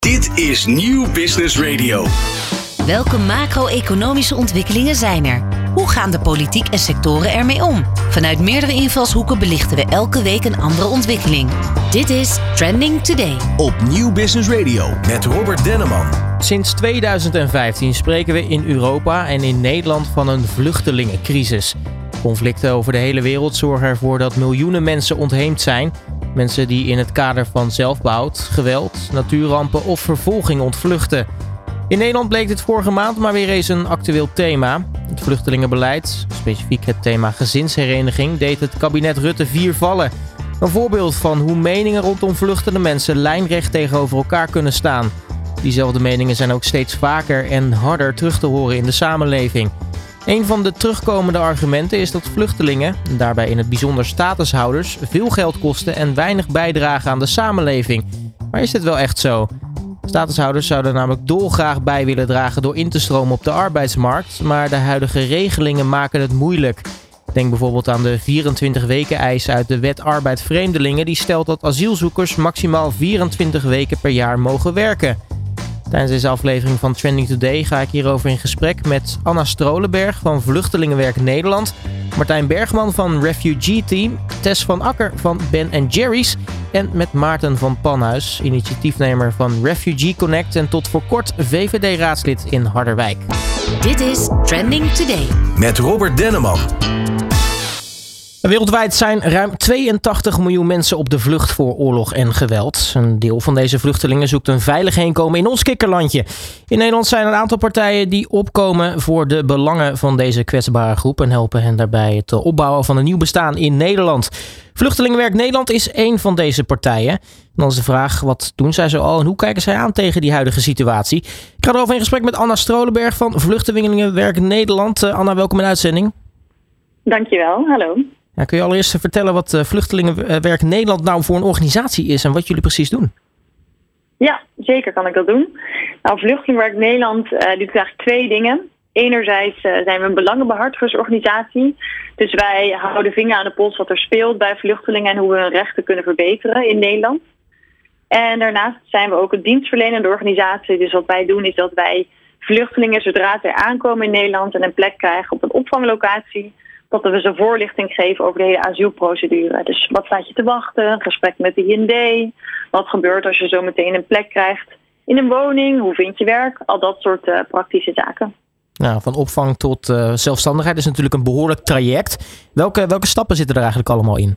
Dit is Nieuw Business Radio. Welke macro-economische ontwikkelingen zijn er? Hoe gaan de politiek en sectoren ermee om? Vanuit meerdere invalshoeken belichten we elke week een andere ontwikkeling. Dit is Trending Today. Op Nieuw Business Radio met Robert Denneman. Sinds 2015 spreken we in Europa en in Nederland van een vluchtelingencrisis. Conflicten over de hele wereld zorgen ervoor dat miljoenen mensen ontheemd zijn. Mensen die in het kader van zelfbehoud, geweld, natuurrampen of vervolging ontvluchten. In Nederland bleek dit vorige maand maar weer eens een actueel thema. Het vluchtelingenbeleid, specifiek het thema gezinshereniging, deed het kabinet Rutte 4 vallen. Een voorbeeld van hoe meningen rondom vluchtende mensen lijnrecht tegenover elkaar kunnen staan. Diezelfde meningen zijn ook steeds vaker en harder terug te horen in de samenleving. Een van de terugkomende argumenten is dat vluchtelingen, en daarbij in het bijzonder statushouders, veel geld kosten en weinig bijdragen aan de samenleving. Maar is dit wel echt zo? Statushouders zouden namelijk dolgraag bij willen dragen door in te stromen op de arbeidsmarkt, maar de huidige regelingen maken het moeilijk. Denk bijvoorbeeld aan de 24 weken eis uit de Wet Arbeid Vreemdelingen, die stelt dat asielzoekers maximaal 24 weken per jaar mogen werken. Tijdens deze aflevering van Trending Today ga ik hierover in gesprek met Anna Strolenberg van Vluchtelingenwerk Nederland, Martijn Bergman van Refugee Team, Tess van Akker van Ben & Jerry's en met Maarten van Panhuis, initiatiefnemer van Refugee Connect en tot voor kort VVD-raadslid in Harderwijk. Dit is Trending Today. Met Robert Denneman. Wereldwijd zijn ruim 82 miljoen mensen op de vlucht voor oorlog en geweld. Een deel van deze vluchtelingen zoekt een veilig heenkomen in ons kikkerlandje. In Nederland zijn er een aantal partijen die opkomen voor de belangen van deze kwetsbare groep en helpen hen daarbij het opbouwen van een nieuw bestaan in Nederland. Vluchtelingenwerk Nederland is één van deze partijen. En dan is de vraag, wat doen zij zo al en hoe kijken zij aan tegen die huidige situatie? Ik ga erover in gesprek met Anna Strolenberg van Vluchtelingenwerk Nederland. Anna, welkom in de uitzending. Dankjewel, hallo. Ja, kun je allereerst vertellen wat Vluchtelingenwerk Nederland nou voor een organisatie is en wat jullie precies doen? Ja, zeker kan ik dat doen. Nou, Vluchtelingenwerk Nederland doet eigenlijk twee dingen. Enerzijds zijn we een belangenbehartigingsorganisatie. Dus wij houden vinger aan de pols wat er speelt bij vluchtelingen en hoe we hun rechten kunnen verbeteren in Nederland. En daarnaast zijn we ook een dienstverlenende organisatie. Dus wat wij doen is dat wij vluchtelingen, zodra zij aankomen in Nederland en een plek krijgen op een opvanglocatie, dat we ze voorlichting geven over de hele asielprocedure. Dus wat staat je te wachten? Een gesprek met de IND. Wat gebeurt als je zo meteen een plek krijgt in een woning? Hoe vind je werk? Al dat soort praktische zaken. Nou, van opvang tot zelfstandigheid is natuurlijk een behoorlijk traject. Welke stappen zitten er eigenlijk allemaal in?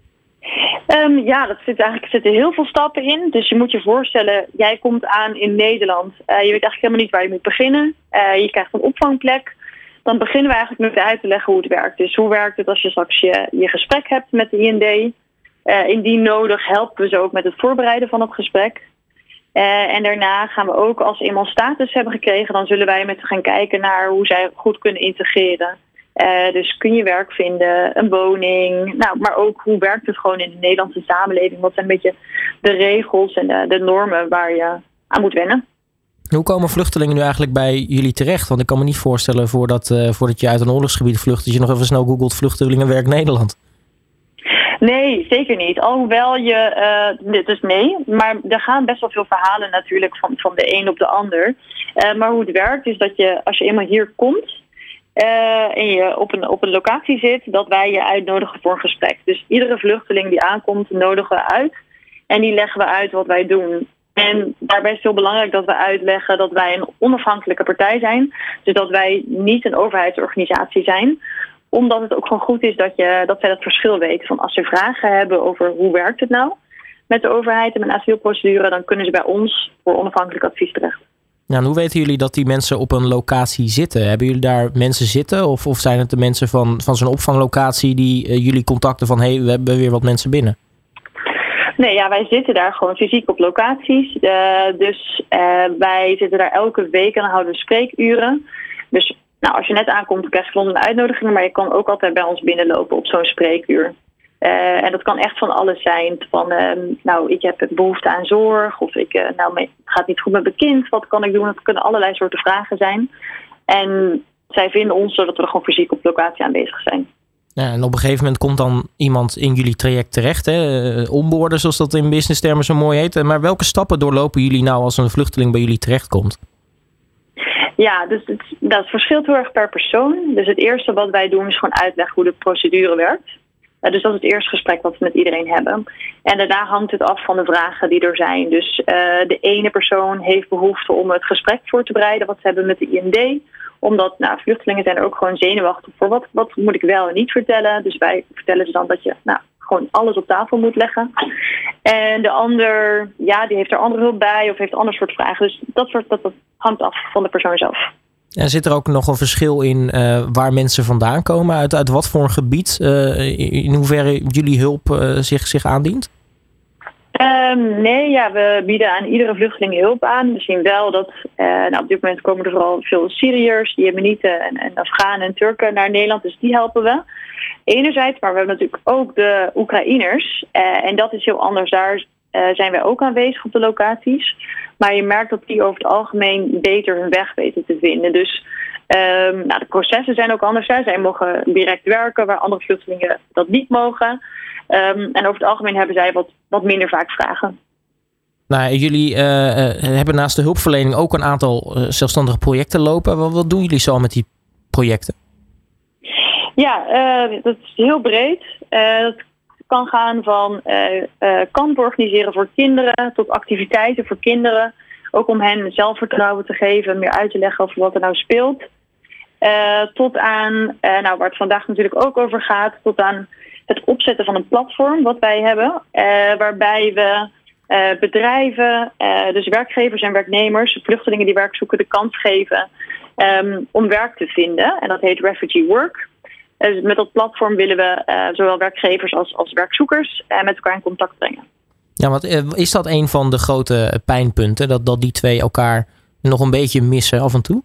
Er zitten heel veel stappen in. Dus je moet je voorstellen, jij komt aan in Nederland. Je weet eigenlijk helemaal niet waar je moet beginnen. Je krijgt een opvangplek. Dan beginnen we eigenlijk met uit te leggen hoe het werkt. Dus hoe werkt het als je straks je gesprek hebt met de IND? Indien nodig helpen we ze ook met het voorbereiden van het gesprek. En daarna gaan we ook, als ze eenmaal status hebben gekregen, dan zullen wij met ze gaan kijken naar hoe zij goed kunnen integreren. Dus kun je werk vinden, een woning, maar ook hoe werkt het gewoon in de Nederlandse samenleving? Wat zijn een beetje de regels en de normen waar je aan moet wennen? Hoe komen vluchtelingen nu eigenlijk bij jullie terecht? Want ik kan me niet voorstellen voordat je uit een oorlogsgebied vlucht, dat je nog even snel googelt Vluchtelingenwerk Nederland. Nee, zeker niet. Alhoewel nee. Maar er gaan best wel veel verhalen natuurlijk van de een op de ander. Maar hoe het werkt is dat je, als je eenmaal hier komt en je op een locatie zit, dat wij je uitnodigen voor een gesprek. Dus iedere vluchteling die aankomt, nodigen we uit. En die leggen we uit wat wij doen. En daarbij is het heel belangrijk dat we uitleggen dat wij een onafhankelijke partij zijn. Dus dat wij niet een overheidsorganisatie zijn. Omdat het ook gewoon goed is dat zij dat verschil weten. Van als ze vragen hebben over hoe werkt het nou met de overheid en met een asielprocedure, dan kunnen ze bij ons voor onafhankelijk advies terecht. Ja, en hoe weten jullie dat die mensen op een locatie zitten? Hebben jullie daar mensen zitten? Of zijn het de mensen van zo'n opvanglocatie die jullie contacten van we hebben weer wat mensen binnen? Nee, ja, wij zitten daar gewoon fysiek op locaties. Dus wij zitten daar elke week en dan houden we spreekuren. Dus als je net aankomt, krijg je van een uitnodiging, maar je kan ook altijd bij ons binnenlopen op zo'n spreekuur. En dat kan echt van alles zijn. Van, ik heb behoefte aan zorg, of het gaat niet goed met mijn kind, wat kan ik doen? Dat kunnen allerlei soorten vragen zijn. En zij vinden ons zodat we er gewoon fysiek op locatie aanwezig zijn. Ja, en op een gegeven moment komt dan iemand in jullie traject terecht. Onboarden, zoals dat in businesstermen zo mooi heet. Maar welke stappen doorlopen jullie nou als een vluchteling bij jullie terechtkomt? Ja, dus dat verschilt heel erg per persoon. Dus het eerste wat wij doen is gewoon uitleggen hoe de procedure werkt. Dus dat is het eerste gesprek wat we met iedereen hebben. En daarna hangt het af van de vragen die er zijn. Dus de ene persoon heeft behoefte om het gesprek voor te bereiden wat ze hebben met de IND. Omdat vluchtelingen zijn er ook gewoon zenuwachtig voor wat moet ik wel en niet vertellen. Dus wij vertellen ze dan dat je gewoon alles op tafel moet leggen. En de ander, die heeft er andere hulp bij of heeft een ander soort vragen. Dus dat hangt af van de persoon zelf. En zit er ook nog een verschil in waar mensen vandaan komen? Uit wat voor een gebied? In hoeverre jullie hulp zich aandient? Nee, we bieden aan iedere vluchteling hulp aan. We zien wel dat op dit moment komen er vooral veel Syriërs, Jemenieten en Afghanen en Turken naar Nederland. Dus die helpen we. Enerzijds, maar we hebben natuurlijk ook de Oekraïners. En dat is heel anders. Daar zijn wij ook aanwezig op de locaties. Maar je merkt dat die over het algemeen beter hun weg weten te vinden. Dus de processen zijn ook anders. Zij mogen direct werken, waar andere vluchtelingen dat niet mogen. En over het algemeen hebben zij wat minder vaak vragen. Nou, jullie hebben naast de hulpverlening ook een aantal zelfstandige projecten lopen. Wat doen jullie zo met die projecten? Ja, dat is heel breed. Dat kan gaan van kampen organiseren voor kinderen tot activiteiten voor kinderen. Ook om hen zelfvertrouwen te geven, meer uit te leggen over wat er nou speelt. Tot aan, waar het vandaag natuurlijk ook over gaat, tot aan het opzetten van een platform wat wij hebben. Waarbij we bedrijven, dus werkgevers en werknemers, vluchtelingen die werk zoeken, de kans geven om werk te vinden. En dat heet Refugee Work. Dus met dat platform willen we zowel werkgevers als werkzoekers met elkaar in contact brengen. Ja, want is dat een van de grote pijnpunten? Dat die twee elkaar nog een beetje missen af en toe?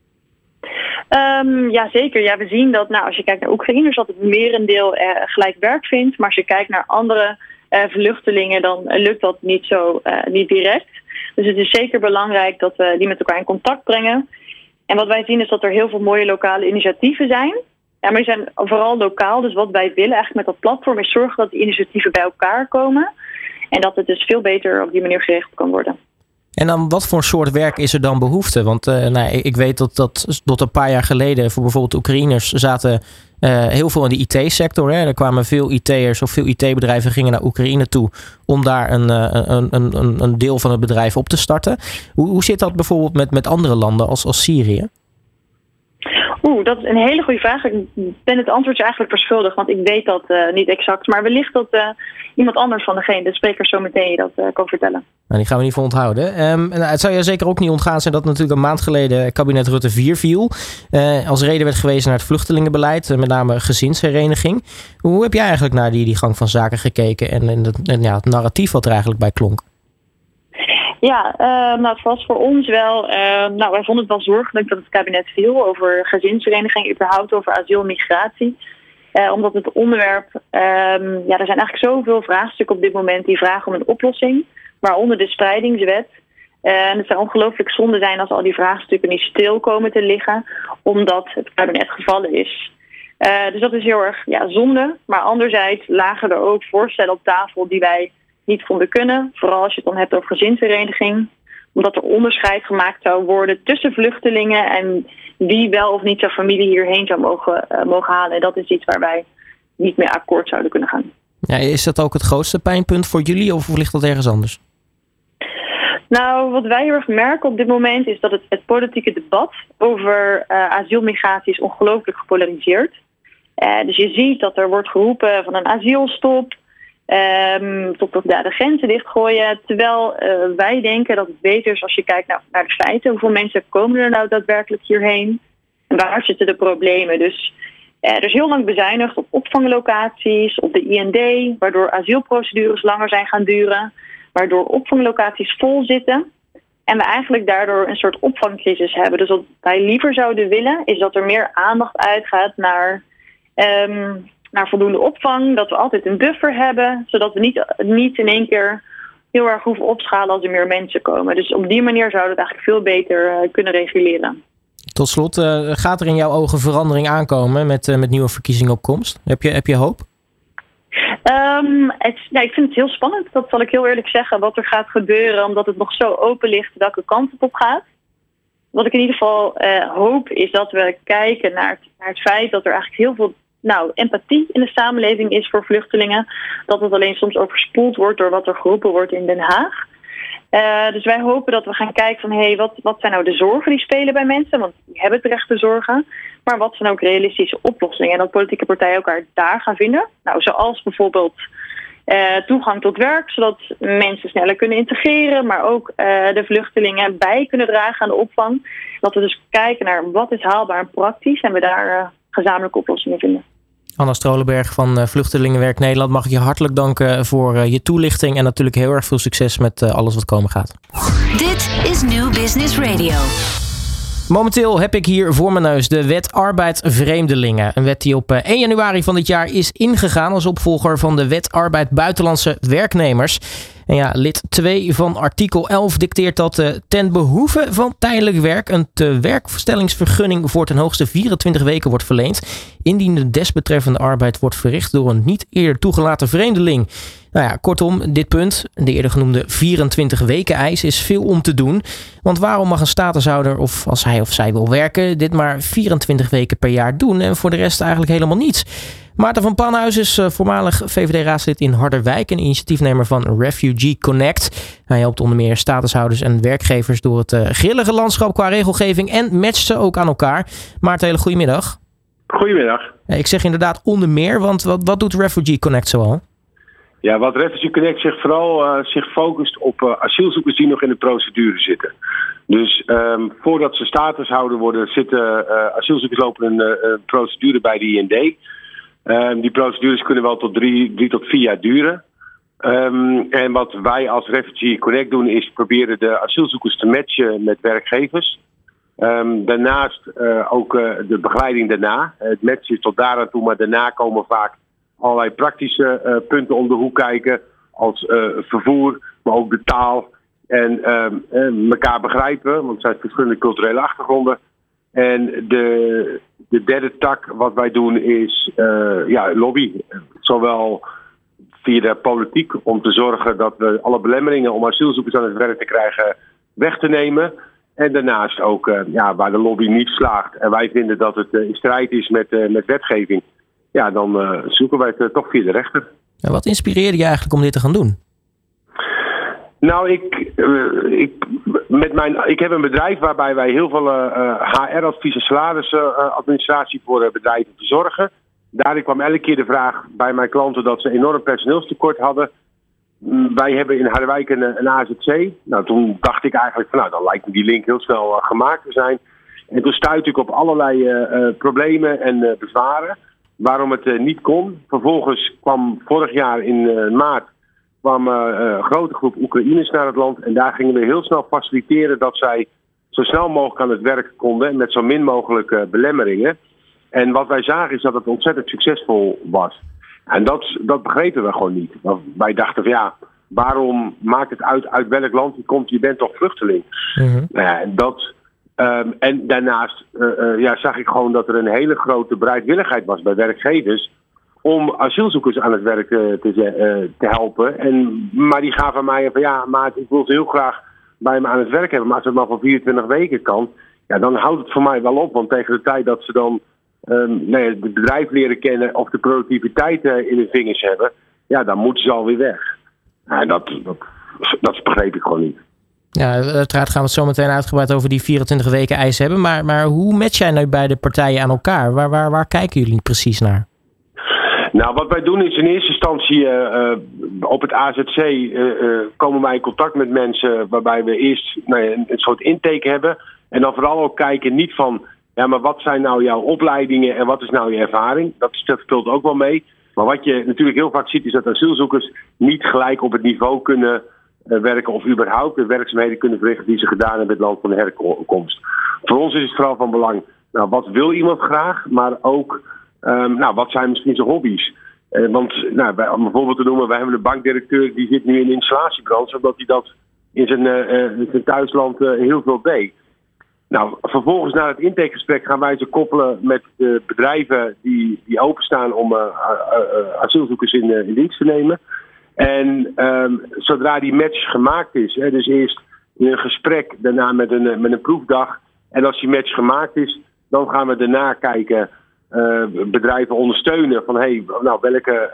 Ja, zeker. Ja, we zien dat als je kijkt naar Oekraïners dat het merendeel gelijk werk vindt. Maar als je kijkt naar andere vluchtelingen, dan lukt dat niet direct. Dus het is zeker belangrijk dat we die met elkaar in contact brengen. En wat wij zien is dat er heel veel mooie lokale initiatieven zijn. Ja, maar die zijn vooral lokaal. Dus wat wij willen eigenlijk met dat platform is zorgen dat die initiatieven bij elkaar komen. En dat het dus veel beter op die manier geregeld kan worden. En dan wat voor soort werk is er dan behoefte? Want ik weet dat tot een paar jaar geleden voor bijvoorbeeld Oekraïners zaten heel veel in de IT-sector. Hè. Er kwamen veel IT'ers of veel IT-bedrijven gingen naar Oekraïne toe om daar een deel van het bedrijf op te starten. Hoe zit dat bijvoorbeeld met andere landen als Syrië? Dat is een hele goede vraag. Ik ben het antwoord eigenlijk verschuldigd, want ik weet dat niet exact. Maar wellicht dat iemand anders van de spreker zo meteen je dat kan vertellen. Nou, die gaan we niet voor onthouden. Het zou je zeker ook niet ontgaan zijn dat natuurlijk een maand geleden kabinet Rutte 4 viel. Als reden werd gewezen naar het vluchtelingenbeleid, met name gezinshereniging. Hoe heb jij eigenlijk naar die gang van zaken gekeken en het narratief wat er eigenlijk bij klonk? Ja, het was voor ons wel. Wij vonden het wel zorgelijk dat het kabinet viel over gezinshereniging, überhaupt over asiel en migratie. Omdat het onderwerp, er zijn eigenlijk zoveel vraagstukken op dit moment die vragen om een oplossing, waaronder de spreidingswet. En het zou ongelooflijk zonde zijn als al die vraagstukken niet stil komen te liggen, omdat het kabinet gevallen is. Dus dat is heel erg zonde. Maar anderzijds lagen er ook voorstellen op tafel die wij niet vonden kunnen. Vooral als je het dan hebt over gezinshereniging. Omdat er onderscheid gemaakt zou worden tussen vluchtelingen en wie wel of niet zijn familie hierheen zou mogen halen. En dat is iets waar wij niet mee akkoord zouden kunnen gaan. Ja, is dat ook het grootste pijnpunt voor jullie of ligt dat ergens anders? Wat wij heel erg merken op dit moment is dat het politieke debat over asielmigratie is ongelooflijk gepolariseerd. Dus je ziet dat er wordt geroepen van een asielstop. Tot de grenzen dichtgooien. Terwijl wij denken dat het beter is als je kijkt naar de feiten. Hoeveel mensen komen er nou daadwerkelijk hierheen? En waar zitten de problemen? Dus er is heel lang bezuinigd op opvanglocaties, op de IND, waardoor asielprocedures langer zijn gaan duren, waardoor opvanglocaties vol zitten. En we eigenlijk daardoor een soort opvangcrisis hebben. Dus wat wij liever zouden willen, is dat er meer aandacht uitgaat naar voldoende opvang, dat we altijd een buffer hebben, zodat we niet in één keer heel erg hoeven opschalen als er meer mensen komen. Dus op die manier zouden we het eigenlijk veel beter kunnen reguleren. Tot slot, gaat er in jouw ogen verandering aankomen met nieuwe verkiezingen op komst? Heb je hoop? Ik vind het heel spannend, dat zal ik heel eerlijk zeggen, wat er gaat gebeuren, omdat het nog zo open ligt welke kant het op gaat. Wat ik in ieder geval hoop is dat we kijken naar het feit dat er eigenlijk heel veel empathie in de samenleving is voor vluchtelingen. Dat het alleen soms overspoeld wordt door wat er geroepen wordt in Den Haag. Dus wij hopen dat we gaan kijken van wat zijn nou de zorgen die spelen bij mensen, want die hebben terecht te zorgen. Maar wat zijn ook realistische oplossingen en dat politieke partijen elkaar daar gaan vinden. Nou, zoals bijvoorbeeld toegang tot werk, zodat mensen sneller kunnen integreren, maar ook de vluchtelingen bij kunnen dragen aan de opvang. Dat we dus kijken naar wat is haalbaar en praktisch en we daar gezamenlijke oplossingen vinden. Anna Strolenberg van Vluchtelingenwerk Nederland, mag ik je hartelijk danken voor je toelichting en natuurlijk heel erg veel succes met alles wat komen gaat. Dit is New Business Radio. Momenteel heb ik hier voor mijn neus de Wet Arbeid Vreemdelingen. Een wet die op 1 januari van dit jaar is ingegaan als opvolger van de Wet Arbeid Buitenlandse Werknemers. En ja, lid 2 van artikel 11 dicteert dat ten behoeve van tijdelijk werk een tewerkstellingsvergunning voor ten hoogste 24 weken wordt verleend, indien de desbetreffende arbeid wordt verricht door een niet eerder toegelaten vreemdeling. Nou ja, kortom, dit punt, de eerder genoemde 24 weken eis, is veel om te doen. Want waarom mag een statushouder, of als hij of zij wil werken, dit maar 24 weken per jaar doen en voor de rest eigenlijk helemaal niets? Maarten van Panhuis is voormalig VVD-raadslid in Harderwijk en initiatiefnemer van Refugee Connect. Hij helpt onder meer statushouders en werkgevers door het grillige landschap qua regelgeving en matcht ze ook aan elkaar. Maarten, hele goedemiddag. Goedemiddag. Ik zeg inderdaad onder meer, want wat doet Refugee Connect zoal? Ja, wat Refugee Connect zich focust op asielzoekers die nog in de procedure zitten. Dus voordat ze statushouder worden, asielzoekers lopen een procedure bij de IND. Die procedures kunnen wel tot 3 tot 4 jaar duren. En wat wij als Refugee Connect doen is proberen de asielzoekers te matchen met werkgevers. Daarnaast ook de begeleiding daarna. Het matchen is tot daar aan toe, maar daarna komen vaak allerlei praktische punten om de hoek kijken. Als vervoer, maar ook de taal. En elkaar begrijpen, want het zijn verschillende culturele achtergronden. En de derde tak wat wij doen is lobby. Zowel via de politiek om te zorgen dat we alle belemmeringen om asielzoekers aan het werk te krijgen weg te nemen. En daarnaast ook waar de lobby niet slaagt en wij vinden dat het in strijd is met wetgeving. Ja, dan zoeken wij het toch via de rechter. En wat inspireerde je eigenlijk om dit te gaan doen? Nou, ik heb een bedrijf waarbij wij heel veel HR-advies en salarisadministratie voor bedrijven verzorgen. Daarin kwam elke keer de vraag bij mijn klanten dat ze enorm personeelstekort hadden. Wij hebben in Harderwijk een AZC. Nou, toen dacht ik eigenlijk van dan lijkt me die link heel snel gemaakt te zijn. En toen stuitte ik op allerlei problemen en bezwaren waarom het niet kon. Vervolgens kwam vorig jaar in maart een grote groep Oekraïners naar het land. En daar gingen we heel snel faciliteren dat zij zo snel mogelijk aan het werk konden. Met zo min mogelijk belemmeringen. En wat wij zagen is dat het ontzettend succesvol was. En dat begrepen we gewoon niet. Wij dachten van waarom maakt het uit welk land je komt? Je bent toch vluchteling? Mm-hmm. En daarnaast zag ik gewoon dat er een hele grote bereidwilligheid was bij werkgevers om asielzoekers aan het werk te helpen. Maar die gaven mij van maat, ik wil ze heel graag bij me aan het werk hebben. Maar als het maar voor 24 weken kan, dan houdt het voor mij wel op. Want tegen de tijd dat ze dan het bedrijf leren kennen of de productiviteit in hun vingers hebben, dan moeten ze alweer weg. Dat begreep ik gewoon niet. Ja, uiteraard gaan we het zo meteen uitgebreid over die 24 weken eis hebben. Maar hoe match jij nu beide partijen aan elkaar? Waar kijken jullie precies naar? Nou, wat wij doen is in eerste instantie op het AZC komen wij in contact met mensen waarbij we eerst een soort intake hebben. En dan vooral ook kijken niet van, maar wat zijn nou jouw opleidingen en wat is nou je ervaring? Dat speelt ook wel mee. Maar wat je natuurlijk heel vaak ziet is dat asielzoekers niet gelijk op het niveau kunnen werken of überhaupt de werkzaamheden kunnen verrichten die ze gedaan hebben in het land van herkomst. Voor ons is het vooral van belang, wat wil iemand graag, maar ook wat zijn misschien zijn hobby's? Want om een voorbeeld te noemen, wij hebben een bankdirecteur die zit nu in de installatiebranche, omdat hij dat in zijn thuisland heel veel deed. Nou, vervolgens na het intakegesprek gaan wij ze koppelen met de bedrijven die openstaan om asielzoekers in dienst te nemen. En zodra die match gemaakt is, dus eerst in een gesprek, daarna met een proefdag. En als die match gemaakt is, dan gaan we daarna kijken, bedrijven ondersteunen van welke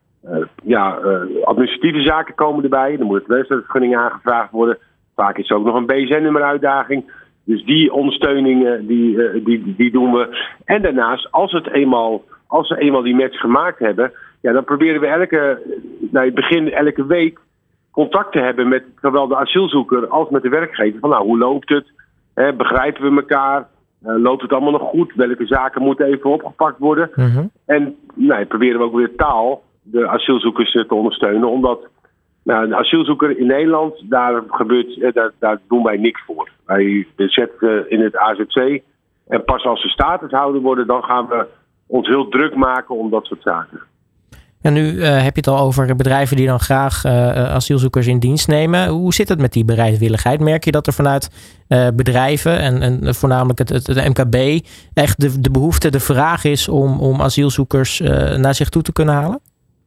administratieve zaken komen erbij. Dan moet het wedstrijdvergunning aangevraagd worden. Vaak is er ook nog een BSN-nummer uitdaging. Dus die ondersteuningen die doen we. En daarnaast, als ze eenmaal die match gemaakt hebben, dan proberen we elke week contact te hebben met zowel de asielzoeker als met de werkgever. Van hoe loopt het? Begrijpen we elkaar? Loopt het allemaal nog goed? Welke zaken moeten even opgepakt worden? Mm-hmm. En proberen we ook weer de asielzoekers te ondersteunen. Omdat een asielzoeker in Nederland, daar doen wij niks voor. Wij zetten in het AZC. En pas als ze statushouder worden, dan gaan we ons heel druk maken om dat soort zaken. En nu heb je het al over bedrijven die dan graag asielzoekers in dienst nemen. Hoe zit het met die bereidwilligheid? Merk je dat er vanuit bedrijven en voornamelijk het MKB echt de behoefte, de vraag is om asielzoekers naar zich toe te kunnen halen?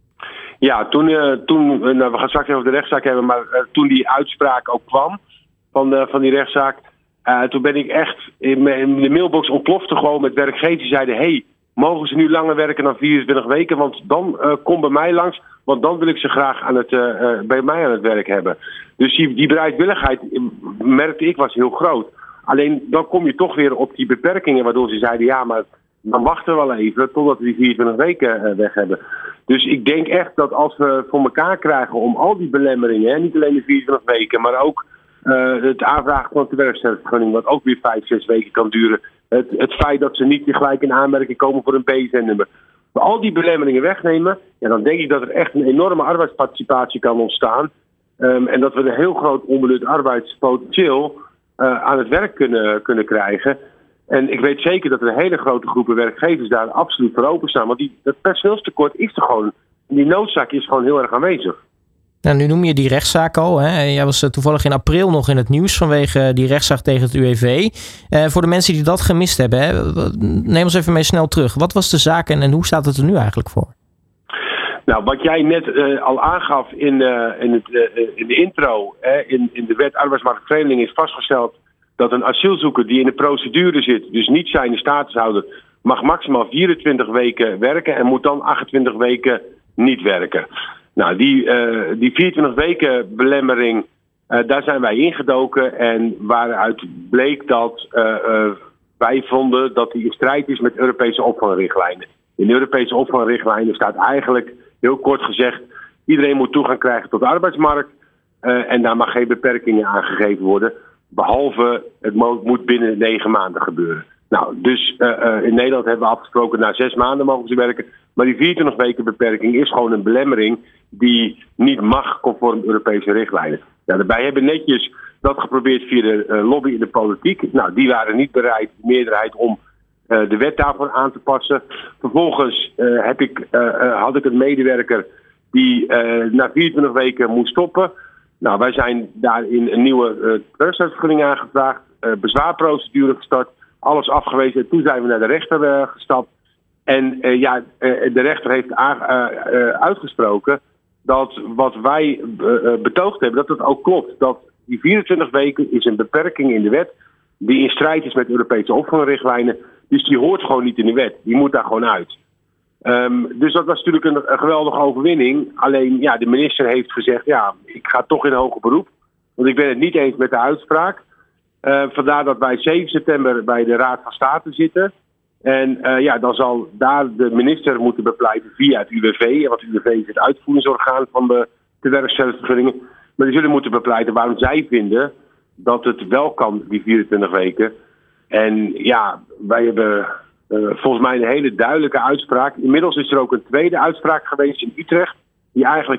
Ja, toen we gaan straks even over de rechtszaak hebben, maar toen die uitspraak ook kwam van die rechtszaak, toen ben ik echt in de mailbox ontplofte gewoon met werkgevers die zeiden, mogen ze nu langer werken dan 24 weken? Want dan kom bij mij langs, want dan wil ik ze graag bij mij aan het werk hebben. Dus die bereidwilligheid, merkte ik, was heel groot. Alleen dan kom je toch weer op die beperkingen, waardoor ze zeiden, maar dan wachten we wel even totdat we die 24 weken weg hebben. Dus ik denk echt dat als we voor elkaar krijgen om al die belemmeringen, niet alleen de 24 weken, maar ook het aanvragen van de werkstellingsvergunning, wat ook weer 5-6 weken kan duren. Het feit dat ze niet gelijk in aanmerking komen voor een BSN-nummer. Maar al die belemmeringen wegnemen, dan denk ik dat er echt een enorme arbeidsparticipatie kan ontstaan. En dat we een heel groot onbenut arbeidspotentieel aan het werk kunnen krijgen. En ik weet zeker dat er een hele grote groepen werkgevers daar absoluut voor openstaan. Want dat personeelstekort is er gewoon. Die noodzaak is gewoon heel erg aanwezig. Nou, nu noem je die rechtszaak al. Hè? Jij was toevallig in april nog in het nieuws vanwege die rechtszaak tegen het UWV. Voor de mensen die dat gemist hebben, neem ons even mee snel terug. Wat was de zaak en hoe staat het er nu eigenlijk voor? Nou, wat jij net al aangaf in de intro, in de wet arbeidsmarktverdeling is vastgesteld dat een asielzoeker die in de procedure zit, dus niet zijn statushouder, mag maximaal 24 weken werken en moet dan 28 weken niet werken. Nou, die 24 weken belemmering, daar zijn wij ingedoken en waaruit bleek dat wij vonden dat die in strijd is met Europese opvangrichtlijnen. In de Europese opvangrichtlijnen staat eigenlijk, heel kort gezegd, iedereen moet toegang krijgen tot de arbeidsmarkt en daar mag geen beperkingen aangegeven worden, behalve het moet binnen 9 maanden gebeuren. Nou, dus in Nederland hebben we afgesproken, na 6 maanden mogen ze werken. Maar die 24 weken beperking is gewoon een belemmering die niet mag conform Europese richtlijnen. Nou, daarbij hebben we netjes dat geprobeerd via de lobby in de politiek. Nou, die waren niet bereid, de meerderheid, om de wet daarvoor aan te passen. Vervolgens had ik een medewerker die na 24 weken moest stoppen. Nou, wij zijn daarin een nieuwe werkstellingsvergunning aangevraagd, bezwaarprocedure gestart, alles afgewezen. En toen zijn we naar de rechter gestapt. En de rechter heeft uitgesproken dat wat wij betoogd hebben, dat het ook klopt. Dat die 24 weken is een beperking in de wet die in strijd is met Europese opvangrichtlijnen. Dus die hoort gewoon niet in de wet. Die moet daar gewoon uit. Dus dat was natuurlijk een geweldige overwinning. Alleen, de minister heeft gezegd, ik ga toch in hoger beroep. Want ik ben het niet eens met de uitspraak. Vandaar dat wij 7 september bij de Raad van State zitten. En dan zal daar de minister moeten bepleiten via het UWV. Want het UWV is het uitvoeringsorgaan van de werkstellingsvergunningen. Maar die zullen moeten bepleiten waarom zij vinden dat het wel kan, die 24 weken. En wij hebben volgens mij een hele duidelijke uitspraak. Inmiddels is er ook een tweede uitspraak geweest in Utrecht, die eigenlijk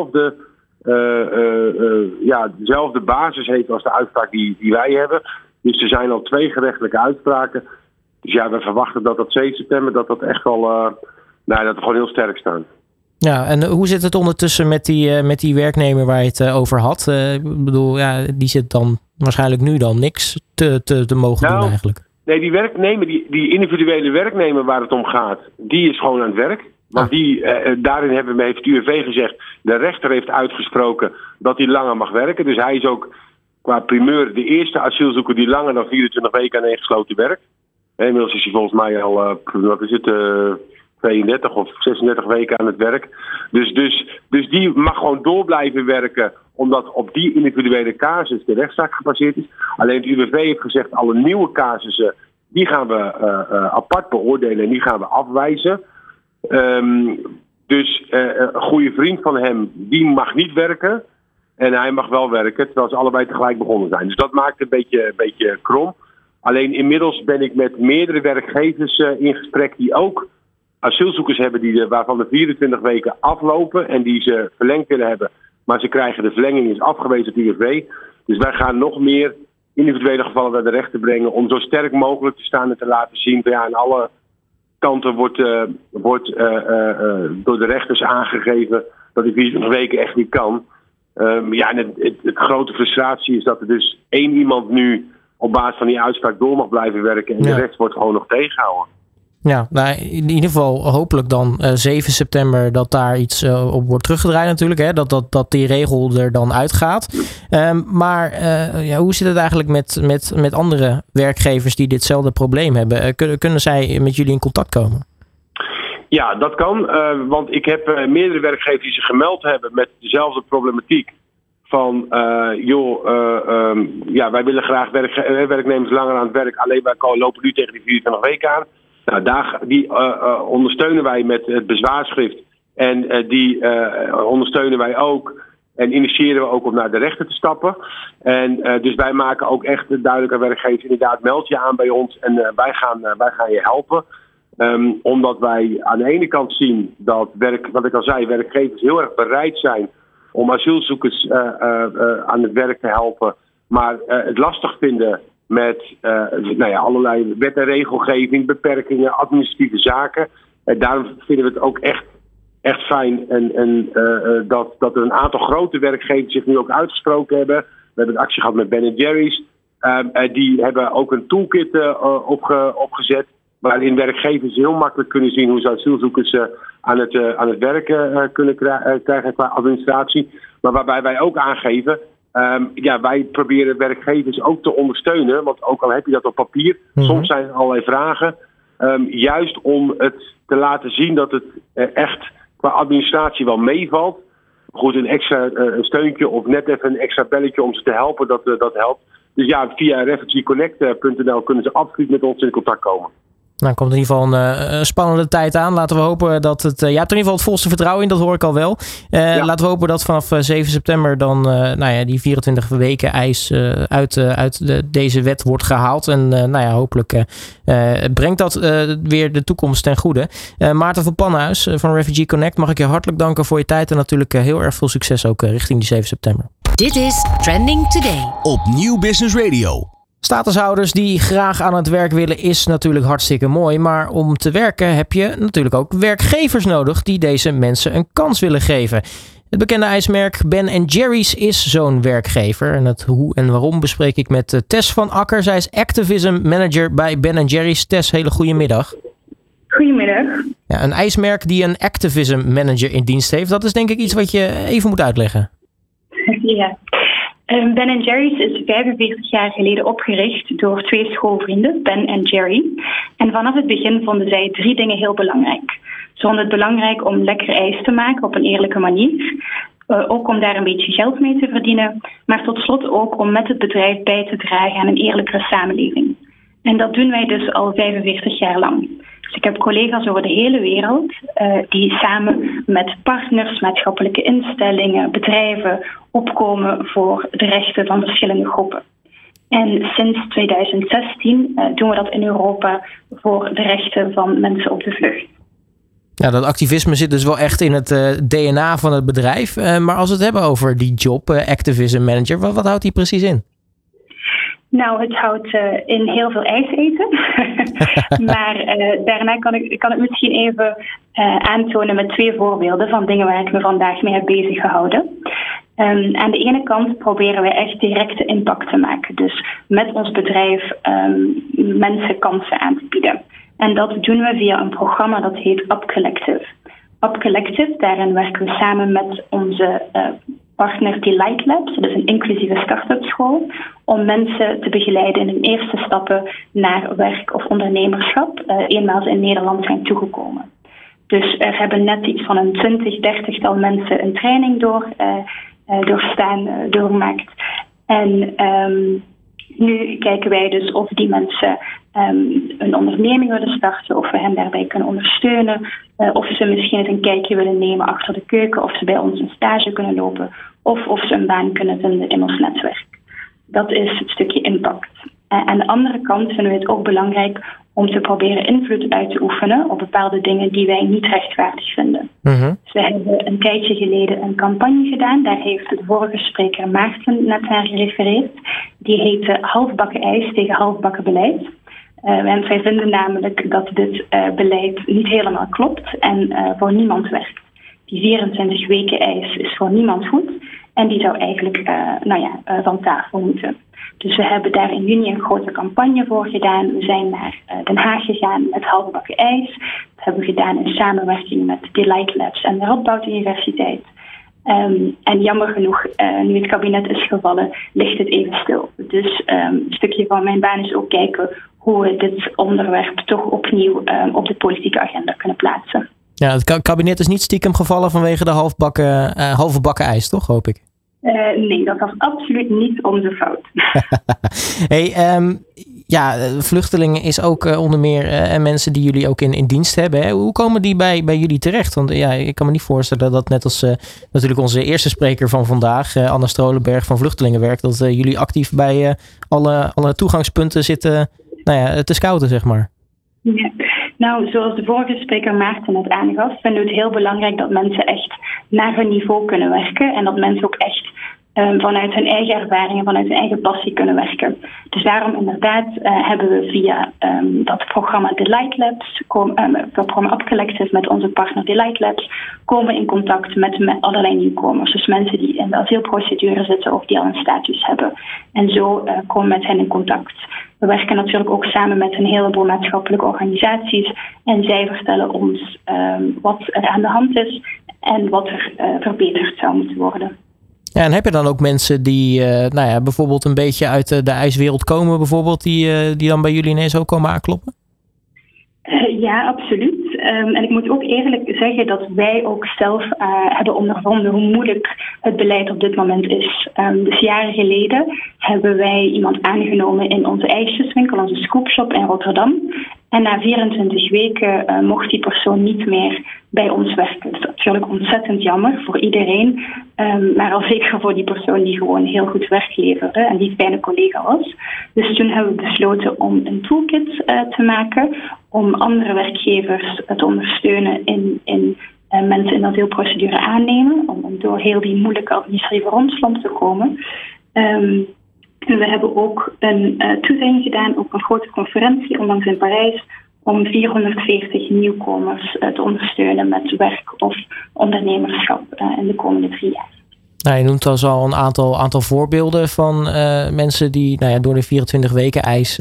dezelfde basis heeft als de uitspraak die wij hebben. Dus er zijn al 2 gerechtelijke uitspraken. Dus we verwachten dat op 7 september dat echt wel dat we gewoon heel sterk staan. Ja, en hoe zit het ondertussen met die werknemer waar je het over had? Ik bedoel, die zit dan waarschijnlijk nu dan niks te mogen doen eigenlijk. Nee, die werknemer, die individuele werknemer waar het om gaat, die is gewoon aan het werk. Want daarin heeft het UWV gezegd, de rechter heeft uitgesproken dat hij langer mag werken. Dus hij is ook qua primeur de eerste asielzoeker die langer dan 24 weken aan één gesloten werkt. Inmiddels is hij volgens mij al, 32 of 36 weken aan het werk. Dus die mag gewoon door blijven werken, omdat op die individuele casus de rechtszaak gebaseerd is. Alleen het UWV heeft gezegd, alle nieuwe casussen, die gaan we apart beoordelen en die gaan we afwijzen. Een goede vriend van hem, die mag niet werken. En hij mag wel werken, terwijl ze allebei tegelijk begonnen zijn. Dus dat maakt het een beetje krom. Alleen inmiddels ben ik met meerdere werkgevers in gesprek die ook asielzoekers hebben waarvan de 24 weken aflopen en die ze verlengd willen hebben. Maar ze krijgen de verlenging is afgewezen door het UWV. Dus wij gaan nog meer individuele gevallen naar de rechter brengen om zo sterk mogelijk te staan en te laten zien. Aan alle kanten wordt door de rechters aangegeven dat die 24 weken echt niet kan. Het grote frustratie is dat er dus 1 iemand nu op basis van die uitspraak door mag blijven werken en de rest wordt gewoon nog tegengehouden. Ja, nou, in ieder geval hopelijk dan 7 september dat daar iets op wordt teruggedraaid natuurlijk. Hè? Dat die regel er dan uitgaat. Hoe zit het eigenlijk met andere werkgevers die ditzelfde probleem hebben? Kunnen zij met jullie in contact komen? Ja, dat kan. Want ik heb meerdere werkgevers die zich gemeld hebben met dezelfde problematiek. Van, wij willen graag werknemers langer aan het werk. Alleen wij lopen nu tegen die 24 weken aan. Nou, die ondersteunen wij met het bezwaarschrift. En die ondersteunen wij ook. En initiëren we ook om naar de rechter te stappen. En dus wij maken ook echt duidelijk aan werkgevers. Inderdaad, meld je aan bij ons. En wij gaan je helpen. Omdat wij aan de ene kant zien dat wat ik al zei, werkgevers heel erg bereid zijn om asielzoekers aan het werk te helpen. Maar het lastig vinden met allerlei wet en regelgeving, beperkingen, administratieve zaken. En daarom vinden we het ook echt fijn dat er een aantal grote werkgevers zich nu ook uitgesproken hebben. We hebben een actie gehad met Ben & Jerry's. Die hebben ook een toolkit opgezet, waarin werkgevers heel makkelijk kunnen zien hoe ze asielzoekers aan het werken kunnen krijgen qua administratie. Maar waarbij wij ook aangeven, wij proberen werkgevers ook te ondersteunen. Want ook al heb je dat op papier, soms zijn er allerlei vragen. Juist om het te laten zien dat het echt qua administratie wel meevalt. Goed, een extra steuntje of net even een extra belletje om ze te helpen, dat helpt. Dus ja, via refugeeconnect.nl kunnen ze absoluut met ons in contact komen. Nou, komt in ieder geval een spannende tijd aan. Laten we hopen dat het... je hebt er in ieder geval het volste vertrouwen in, dat hoor ik al wel. Laten we hopen dat vanaf 7 september dan die 24 weken eis uit deze wet wordt gehaald. En hopelijk brengt dat weer de toekomst ten goede. Maarten van Panhuis van Refugee Connect, mag ik je hartelijk danken voor je tijd. En natuurlijk heel erg veel succes ook richting die 7 september. Dit is Trending Today op Nieuw Business Radio. Statushouders die graag aan het werk willen is natuurlijk hartstikke mooi. Maar om te werken heb je natuurlijk ook werkgevers nodig die deze mensen een kans willen geven. Het bekende ijsmerk Ben & Jerry's is zo'n werkgever. En het hoe en waarom bespreek ik met Tess van Akker. Zij is Activism Manager bij Ben & Jerry's. Tess, hele goede middag. Goedemiddag. Ja, een ijsmerk die een Activism Manager in dienst heeft. Dat is denk ik iets wat je even moet uitleggen. Ja. Ben & Jerry's is 45 jaar geleden opgericht door 2 schoolvrienden, Ben en Jerry. En vanaf het begin vonden zij 3 dingen heel belangrijk. Ze vonden het belangrijk om lekker ijs te maken op een eerlijke manier. Ook om daar een beetje geld mee te verdienen. Maar tot slot ook om met het bedrijf bij te dragen aan een eerlijkere samenleving. En dat doen wij dus al 45 jaar lang. Dus ik heb collega's over de hele wereld die samen met partners, maatschappelijke instellingen, bedrijven opkomen voor de rechten van verschillende groepen. En sinds 2016 doen we dat in Europa voor de rechten van mensen op de vlucht. Ja, dat activisme zit dus wel echt in het DNA van het bedrijf. Maar als we het hebben over die job, Activism Manager, wat houdt die precies in? Nou, het houdt in heel veel ijs eten. Maar daarna kan ik het misschien even aantonen met 2 voorbeelden van dingen waar ik me vandaag mee heb bezig gehouden. Aan de ene kant proberen wij echt directe impact te maken. Dus met ons bedrijf mensen kansen aan te bieden. En dat doen we via een programma dat heet Up Collective. Up Collective, daarin werken we samen met onze partner Delight Labs. Dat is een inclusieve start-up school. Om mensen te begeleiden in hun eerste stappen naar werk of ondernemerschap. Eenmaal ze in Nederland zijn toegekomen. Dus er hebben net iets van een 20-30-tal mensen een training doorgemaakt. En nu kijken wij dus of die mensen een onderneming willen starten, of we hen daarbij kunnen ondersteunen, of ze misschien eens een kijkje willen nemen achter de keuken, of ze bij ons een stage kunnen lopen, of ze een baan kunnen vinden in ons netwerk. Dat is het stukje impact. Aan de andere kant vinden we het ook belangrijk om te proberen invloed uit te oefenen op bepaalde dingen die wij niet rechtvaardig vinden. Mm-hmm. Dus we hebben een tijdje geleden een campagne gedaan. Daar heeft de vorige spreker Maarten net naar gerefereerd. Die heette Halfbakken ijs tegen halfbakken beleid. Want wij vinden namelijk dat dit beleid niet helemaal klopt en voor niemand werkt. Die 24 weken ijs is voor niemand goed en die zou eigenlijk van tafel moeten. Dus we hebben daar in juni een grote campagne voor gedaan. We zijn naar Den Haag gegaan met halfbakken ijs. Dat hebben we gedaan in samenwerking met Delight Labs en de Radboud Universiteit. En jammer genoeg, nu het kabinet is gevallen, ligt het even stil. Dus een stukje van mijn baan is ook kijken hoe we dit onderwerp toch opnieuw op de politieke agenda kunnen plaatsen. Ja, het kabinet is niet stiekem gevallen vanwege de halve bakken ijs, toch, hoop ik? Nee, dat was absoluut niet onze fout. Vluchtelingen is ook onder meer mensen die jullie ook in dienst hebben. Hè? Hoe komen die bij jullie terecht? Want ik kan me niet voorstellen dat net als natuurlijk onze eerste spreker van vandaag, Anna Strolenberg van Vluchtelingenwerk, dat jullie actief bij alle toegangspunten zitten te scouten, zeg maar. Ja. Nou, zoals de vorige spreker Maarten het aangaf, vinden we het heel belangrijk dat mensen echt naar hun niveau kunnen werken en dat mensen ook echt vanuit hun eigen ervaringen, vanuit hun eigen passie kunnen werken. Dus daarom inderdaad hebben we via dat programma Delight Labs, het programma Up Collective met onze partner Delight Labs, komen in contact met allerlei nieuwkomers. Dus mensen die in de asielprocedure zitten of die al een status hebben. En zo komen we met hen in contact. We werken natuurlijk ook samen met een heleboel maatschappelijke organisaties en zij vertellen ons wat er aan de hand is en wat er verbeterd zou moeten worden. Ja, en heb je dan ook mensen die bijvoorbeeld een beetje uit de ijswereld komen, bijvoorbeeld, die dan bij jullie ineens ook komen aankloppen? Ja, absoluut. En ik moet ook eerlijk zeggen dat wij ook zelf hebben ondervonden hoe moeilijk het beleid op dit moment is. Dus jaren geleden hebben wij iemand aangenomen in onze ijsjeswinkel, onze scoopshop in Rotterdam. En na 24 weken mocht die persoon niet meer bij ons werken. Dat is natuurlijk ontzettend jammer voor iedereen. Maar al zeker voor die persoon die gewoon heel goed werk leverde en die fijne collega was. Dus toen hebben we besloten om een toolkit te maken om andere werkgevers te ondersteunen in mensen in de asielprocedure aannemen. Om door heel die moeilijke administratieve romslomp te komen. En we hebben ook een toezegging gedaan op een grote conferentie onlangs in Parijs om 440 nieuwkomers te ondersteunen met werk of ondernemerschap in de komende 3 jaar. Nou, je noemt al een aantal voorbeelden van mensen die door de 24 weken ijs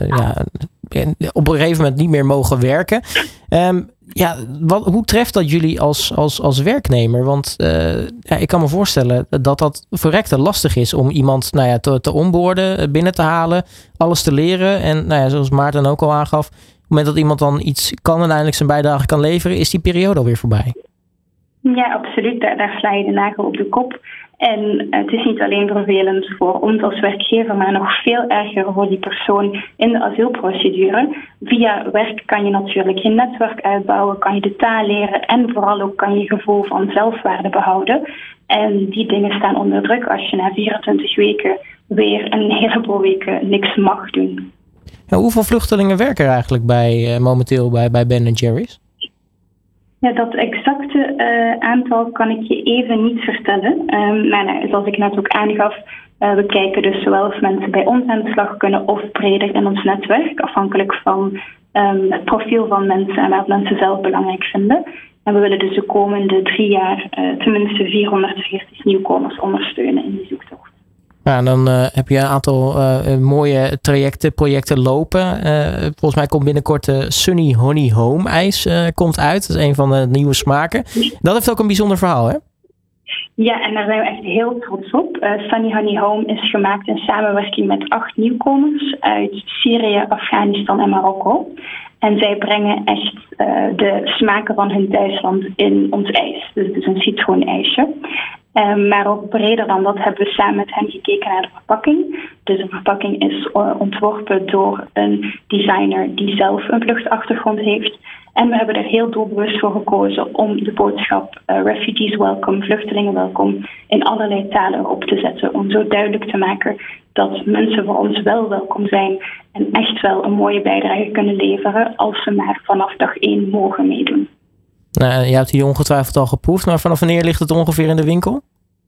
op een gegeven moment niet meer mogen werken. Hoe treft dat jullie als werknemer? Want ik kan me voorstellen dat verrekte lastig is om iemand te onboarden, binnen te halen, alles te leren. En zoals Maarten ook al aangaf, op het moment dat iemand dan iets kan en eindelijk zijn bijdrage kan leveren, is die periode alweer voorbij. Ja, absoluut. Daar sla je de nagel op de kop. En het is niet alleen vervelend voor ons als werkgever, maar nog veel erger voor die persoon in de asielprocedure. Via werk kan je natuurlijk je netwerk uitbouwen, kan je de taal leren en vooral ook kan je je gevoel van zelfwaarde behouden. En die dingen staan onder druk als je na 24 weken weer een heleboel weken niks mag doen. Ja, hoeveel vluchtelingen werken er eigenlijk momenteel bij Ben & Jerry's? Ja, dat exacte aantal kan ik je even niet vertellen. Maar zoals ik net ook aangaf, we kijken dus zowel of mensen bij ons aan de slag kunnen of breder in ons netwerk, afhankelijk van het profiel van mensen en wat mensen zelf belangrijk vinden. En we willen dus de komende 3 jaar tenminste 440 nieuwkomers ondersteunen in die zoektocht. Ja, en dan heb je een aantal mooie projecten lopen. Volgens mij komt binnenkort de Sunny Honey Home ijs komt uit. Dat is een van de nieuwe smaken. Dat heeft ook een bijzonder verhaal, hè? Ja, en daar zijn we echt heel trots op. Sunny Honey Home is gemaakt in samenwerking met 8 nieuwkomers uit Syrië, Afghanistan en Marokko. En zij brengen echt de smaken van hun thuisland in ons ijs. Dus het is een citroenijsje. Maar ook breder dan dat hebben we samen met hen gekeken naar de verpakking. Dus de verpakking is ontworpen door een designer die zelf een vluchtachtergrond heeft. En we hebben er heel doelbewust voor gekozen om de boodschap refugees welcome, vluchtelingen welkom, in allerlei talen erop te zetten. Om zo duidelijk te maken dat mensen voor ons wel welkom zijn en echt wel een mooie bijdrage kunnen leveren als ze maar vanaf dag 1 mogen meedoen. Nou, je hebt hier ongetwijfeld al geproefd, maar vanaf wanneer ligt het ongeveer in de winkel?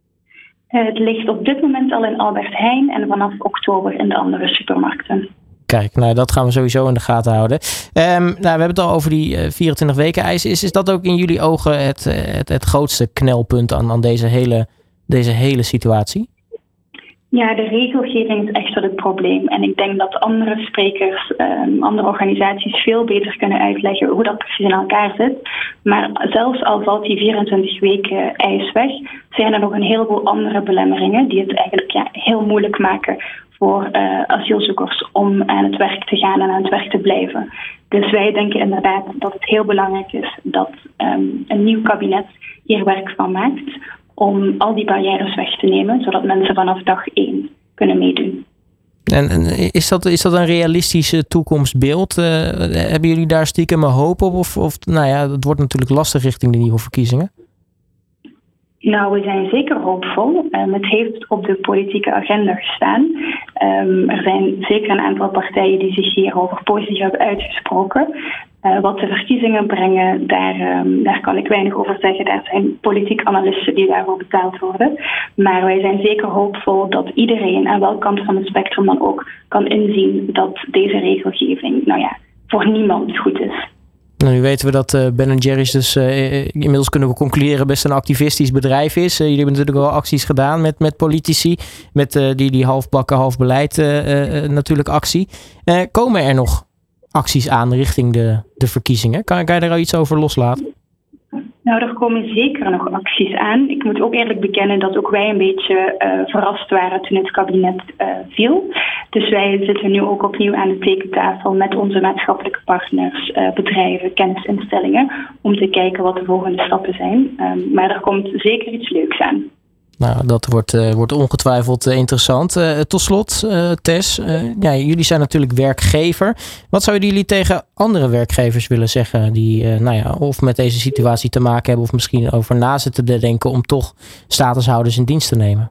Het ligt op dit moment al in Albert Heijn en vanaf oktober in de andere supermarkten. Kijk, nou dat gaan we sowieso in de gaten houden. We hebben het al over die 24 weken ijs. Is dat ook in jullie ogen het grootste knelpunt aan deze hele situatie? Ja, de regelgeving is echt wel het probleem. En ik denk dat andere sprekers, andere organisaties veel beter kunnen uitleggen hoe dat precies in elkaar zit. Maar zelfs al valt die 24 weken ijs weg, zijn er nog een heleboel andere belemmeringen die het eigenlijk heel moeilijk maken voor asielzoekers om aan het werk te gaan en aan het werk te blijven. Dus wij denken inderdaad dat het heel belangrijk is dat een nieuw kabinet hier werk van maakt om al die barrières weg te nemen, zodat mensen vanaf dag 1 kunnen meedoen. En is dat een realistisch toekomstbeeld? Hebben jullie daar stiekem een hoop op? Of nou ja, het wordt natuurlijk lastig richting de nieuwe verkiezingen. Nou, we zijn zeker hoopvol. Het heeft op de politieke agenda gestaan. Er zijn zeker een aantal partijen die zich hierover positief hebben uitgesproken. Wat de verkiezingen brengen, daar kan ik weinig over zeggen. Daar zijn politiek analisten die daarvoor betaald worden. Maar wij zijn zeker hoopvol dat iedereen aan welke kant van het spectrum dan ook kan inzien dat deze regelgeving, voor niemand goed is. Nou, nu weten we dat Ben & Jerry's dus inmiddels kunnen we concluderen best een activistisch bedrijf is. Jullie hebben natuurlijk wel acties gedaan met politici. Met die half bakken, half beleid natuurlijk actie. Komen er nog acties aan richting de verkiezingen? Kan je daar al iets over loslaten? Nou, er komen zeker nog acties aan. Ik moet ook eerlijk bekennen dat ook wij een beetje verrast waren toen het kabinet viel. Dus wij zitten nu ook opnieuw aan de tekentafel met onze maatschappelijke partners, bedrijven, kennisinstellingen, om te kijken wat de volgende stappen zijn. Maar er komt zeker iets leuks aan. Nou, dat wordt ongetwijfeld interessant. Tot slot, Tess, jullie zijn natuurlijk werkgever. Wat zouden jullie tegen andere werkgevers willen zeggen die of met deze situatie te maken hebben of misschien over na zitten te denken om toch statushouders in dienst te nemen?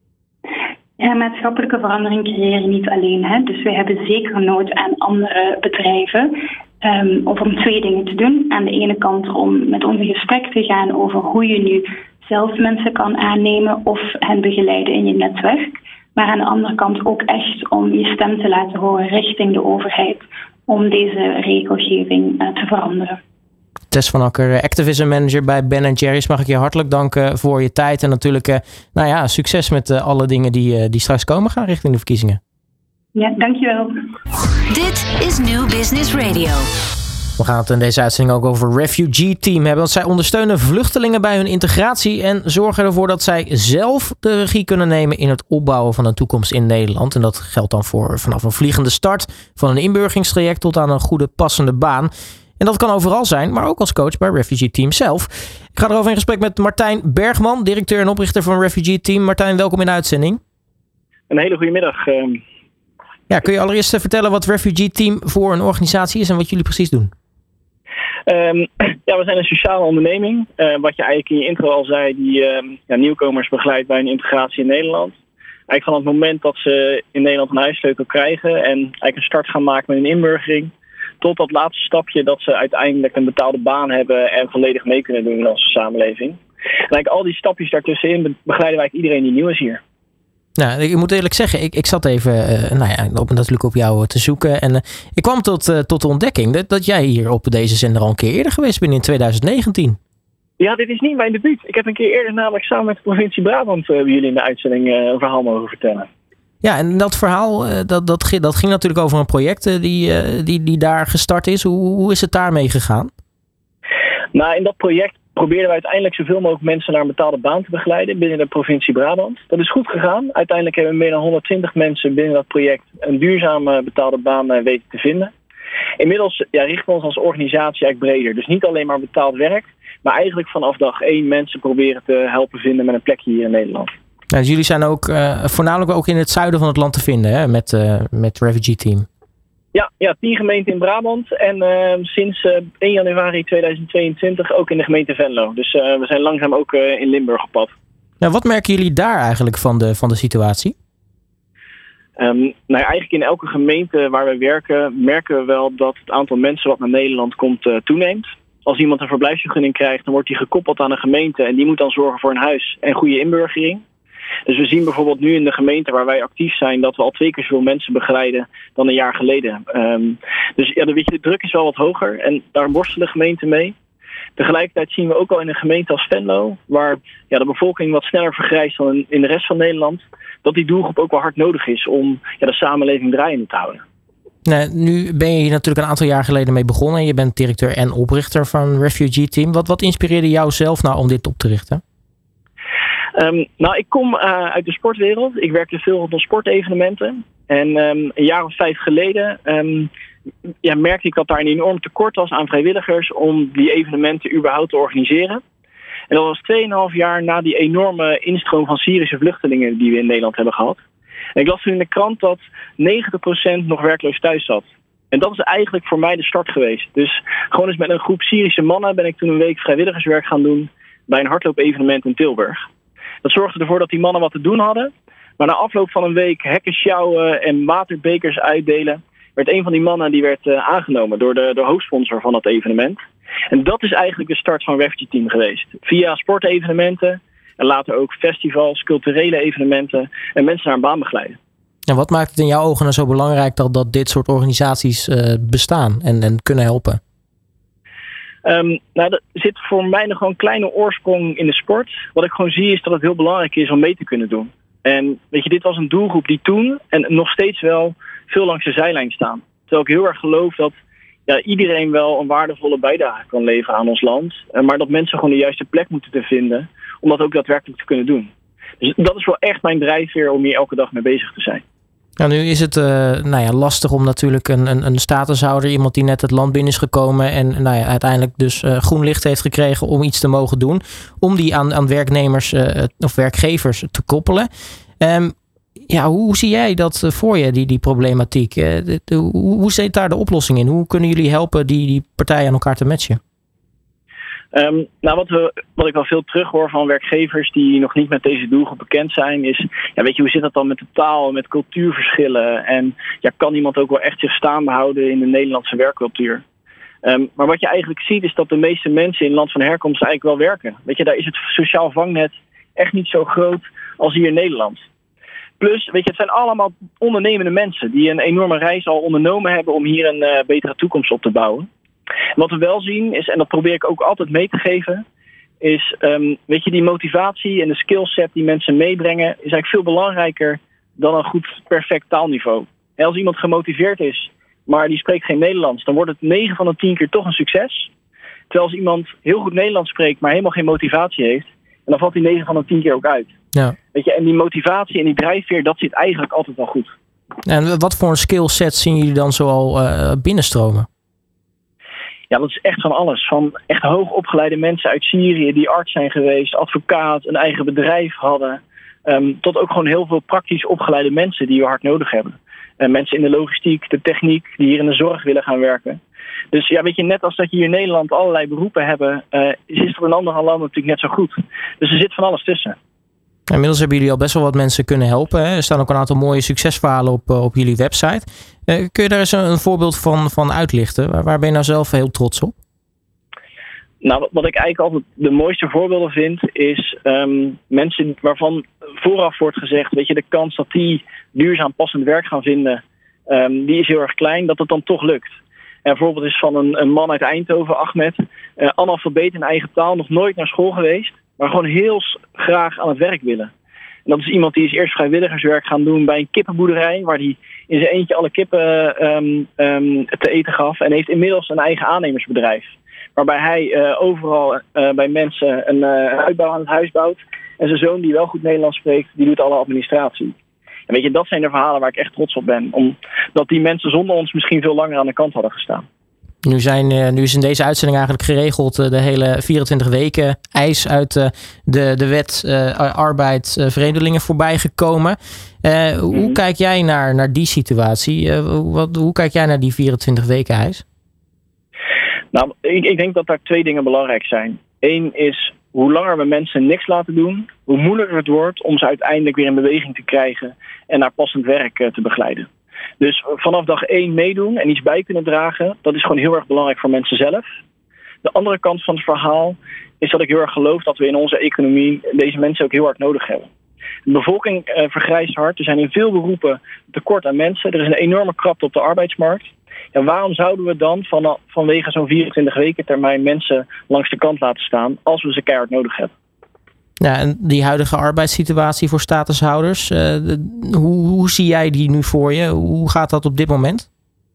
Ja, maatschappelijke verandering creëer je niet alleen. Hè? Dus we hebben zeker nood aan andere bedrijven. Om 2 dingen te doen. Aan de ene kant om met ons in gesprek te gaan over hoe je nu zelf mensen kan aannemen of hen begeleiden in je netwerk. Maar aan de andere kant ook echt om je stem te laten horen richting de overheid om deze regelgeving te veranderen. Tess van Akker, Activism Manager bij Ben & Jerry's. Mag ik je hartelijk danken voor je tijd en natuurlijk succes met alle dingen die straks komen gaan richting de verkiezingen. Ja, dankjewel. Dit is New Business Radio. We gaan het in deze uitzending ook over Refugee Team hebben. Want zij ondersteunen vluchtelingen bij hun integratie en zorgen ervoor dat zij zelf de regie kunnen nemen in het opbouwen van een toekomst in Nederland. En dat geldt dan vanaf een vliegende start van een inburgeringstraject tot aan een goede passende baan. En dat kan overal zijn, maar ook als coach bij Refugee Team zelf. Ik ga erover in gesprek met Martijn Bergman, directeur en oprichter van Refugee Team. Martijn, welkom in de uitzending. Een hele goede middag. Ja, kun je allereerst vertellen wat Refugee Team voor een organisatie is en wat jullie precies doen? We zijn een sociale onderneming. Wat je eigenlijk in je intro al zei, die nieuwkomers begeleidt bij een integratie in Nederland. Eigenlijk van het moment dat ze in Nederland een huissleutel krijgen en eigenlijk een start gaan maken met een inburgering, tot dat laatste stapje dat ze uiteindelijk een betaalde baan hebben en volledig mee kunnen doen in onze samenleving. En eigenlijk al die stapjes daartussenin begeleiden wij iedereen die nieuw is hier. Nou, ik moet eerlijk zeggen, ik zat even natuurlijk op jou te zoeken. En ik kwam tot de ontdekking dat jij hier op deze zender al een keer eerder geweest bent in 2019. Ja, dit is niet mijn debuut. Ik heb een keer eerder namelijk samen met de provincie Brabant bij jullie in de uitzending een verhaal mogen vertellen. Ja, en dat verhaal, dat ging natuurlijk over een project die daar gestart is. Hoe is het daarmee gegaan? Nou, in dat project probeerden we uiteindelijk zoveel mogelijk mensen naar een betaalde baan te begeleiden binnen de provincie Brabant. Dat is goed gegaan. Uiteindelijk hebben we meer dan 120 mensen binnen dat project een duurzame betaalde baan weten te vinden. Inmiddels richten we ons als organisatie eigenlijk breder. Dus niet alleen maar betaald werk, maar eigenlijk vanaf dag 1 mensen proberen te helpen vinden met een plekje hier in Nederland. Ja, dus jullie zijn ook voornamelijk ook in het zuiden van het land te vinden, hè, met Refugee Team. Ja, 10 gemeenten in Brabant en sinds 1 januari 2022 ook in de gemeente Venlo. Dus we zijn langzaam ook in Limburg op pad. Nou, wat merken jullie daar eigenlijk van de situatie? Eigenlijk in elke gemeente waar we werken, merken we wel dat het aantal mensen wat naar Nederland komt toeneemt. Als iemand een verblijfsvergunning krijgt, dan wordt die gekoppeld aan een gemeente en die moet dan zorgen voor een huis en goede inburgering. Dus we zien bijvoorbeeld nu in de gemeente waar wij actief zijn dat we al 2 keer zoveel mensen begeleiden dan een jaar geleden. Dus ja, de druk is wel wat hoger en daar worstelen gemeenten mee. Tegelijkertijd zien we ook al in een gemeente als Venlo, waar de bevolking wat sneller vergrijst dan in de rest van Nederland, dat die doelgroep ook wel hard nodig is om de samenleving draaiende te houden. Nee, nu ben je hier natuurlijk een aantal jaar geleden mee begonnen. Je bent directeur en oprichter van Refugee Team. Wat inspireerde jou zelf nou om dit op te richten? Ik kom uit de sportwereld. Ik werkte veel rondom sportevenementen. En een jaar of 5 geleden merkte ik dat daar een enorm tekort was aan vrijwilligers om die evenementen überhaupt te organiseren. En dat was 2,5 jaar na die enorme instroom van Syrische vluchtelingen die we in Nederland hebben gehad. En ik las toen in de krant dat 90% nog werkloos thuis zat. En dat is eigenlijk voor mij de start geweest. Dus gewoon eens met een groep Syrische mannen ben ik toen een week vrijwilligerswerk gaan doen bij een hardloopevenement in Tilburg. Dat zorgde ervoor dat die mannen wat te doen hadden. Maar na afloop van een week hekken sjouwen en waterbekers uitdelen, werd een van die mannen die werd aangenomen door de hoofdsponsor van dat evenement. En dat is eigenlijk de start van Refugee Team geweest. Via sportevenementen en later ook festivals, culturele evenementen en mensen naar een baan begeleiden. En wat maakt het in jouw ogen nou zo belangrijk dat dit soort organisaties bestaan en kunnen helpen? Er zit voor mij nog gewoon een kleine oorsprong in de sport. Wat ik gewoon zie is dat het heel belangrijk is om mee te kunnen doen. En weet je, dit was een doelgroep die toen en nog steeds wel veel langs de zijlijn staan. Terwijl ik heel erg geloof dat iedereen wel een waardevolle bijdrage kan leveren aan ons land. Maar dat mensen gewoon de juiste plek moeten te vinden om dat ook daadwerkelijk te kunnen doen. Dus dat is wel echt mijn drijfveer om hier elke dag mee bezig te zijn. Nou, nu is het lastig om natuurlijk een statushouder, iemand die net het land binnen is gekomen en uiteindelijk dus groen licht heeft gekregen om iets te mogen doen, om die aan werknemers of werkgevers te koppelen. Hoe zie jij dat voor je, die problematiek? Hoe zit daar de oplossing in? Hoe kunnen jullie helpen die partijen aan elkaar te matchen? Wat ik wel veel terughoor van werkgevers die nog niet met deze doelgroep bekend zijn, is, hoe zit dat dan met de taal, met cultuurverschillen? En kan iemand ook wel echt zich staande houden in de Nederlandse werkcultuur? Maar wat je eigenlijk ziet is dat de meeste mensen in land van herkomst eigenlijk wel werken. Daar is het sociaal vangnet echt niet zo groot als hier in Nederland. Plus, het zijn allemaal ondernemende mensen die een enorme reis al ondernomen hebben om hier een betere toekomst op te bouwen. Wat we wel zien is, en dat probeer ik ook altijd mee te geven, is die motivatie en de skillset die mensen meebrengen is eigenlijk veel belangrijker dan een goed perfect taalniveau. En als iemand gemotiveerd is, maar die spreekt geen Nederlands, dan wordt het 9 van de 10 keer toch een succes. Terwijl als iemand heel goed Nederlands spreekt, maar helemaal geen motivatie heeft, en dan valt die 9 van de 10 keer ook uit. Ja. En die motivatie en die drijfveer, dat zit eigenlijk altijd wel goed. En wat voor een skillset zien jullie dan zoal binnenstromen? Ja, dat is echt van alles. Van echt hoogopgeleide mensen uit Syrië die arts zijn geweest, advocaat, een eigen bedrijf hadden. Tot ook gewoon heel veel praktisch opgeleide mensen die we hard nodig hebben. Mensen in de logistiek, de techniek, die hier in de zorg willen gaan werken. Dus net als dat je hier in Nederland allerlei beroepen hebben, is dat in andere landen natuurlijk net zo goed. Dus er zit van alles tussen. Inmiddels hebben jullie al best wel wat mensen kunnen helpen. Hè? Er staan ook een aantal mooie succesverhalen op jullie website. Kun je daar eens een voorbeeld van uitlichten? Waar ben je nou zelf heel trots op? Nou, wat ik eigenlijk altijd de mooiste voorbeelden vind, is mensen waarvan vooraf wordt gezegd, de kans dat die duurzaam passend werk gaan vinden, die is heel erg klein, dat het dan toch lukt. En bijvoorbeeld is van een man uit Eindhoven, Ahmed, analfabeet in eigen taal, nog nooit naar school geweest, maar gewoon heel graag aan het werk willen. En dat is iemand die is eerst vrijwilligerswerk gaan doen bij een kippenboerderij, waar hij in zijn eentje alle kippen te eten gaf. En heeft inmiddels een eigen aannemersbedrijf. Waarbij hij overal bij mensen een uitbouw aan het huis bouwt. En zijn zoon, die wel goed Nederlands spreekt, die doet alle administratie. En weet je, dat zijn de verhalen waar ik echt trots op ben. Omdat die mensen zonder ons misschien veel langer aan de kant hadden gestaan. Nu is in deze uitzending eigenlijk geregeld de hele 24 weken eis uit de wet arbeid vreemdelingen voorbij gekomen. Hoe kijk jij naar die situatie? Hoe kijk jij naar die 24 weken eis? Nou, ik denk dat daar 2 dingen belangrijk zijn. 1 is, hoe langer we mensen niks laten doen, hoe moeilijker het wordt om ze uiteindelijk weer in beweging te krijgen en naar passend werk te begeleiden. Dus vanaf dag 1 meedoen en iets bij kunnen dragen, dat is gewoon heel erg belangrijk voor mensen zelf. De andere kant van het verhaal is dat ik heel erg geloof dat we in onze economie deze mensen ook heel hard nodig hebben. De bevolking vergrijst hard. Er zijn in veel beroepen tekort aan mensen. Er is een enorme krapte op de arbeidsmarkt. En waarom zouden we dan vanwege zo'n 24 weken termijn mensen langs de kant laten staan als we ze keihard nodig hebben? Ja, en die huidige arbeidssituatie voor statushouders, hoe zie jij die nu voor je? Hoe gaat dat op dit moment?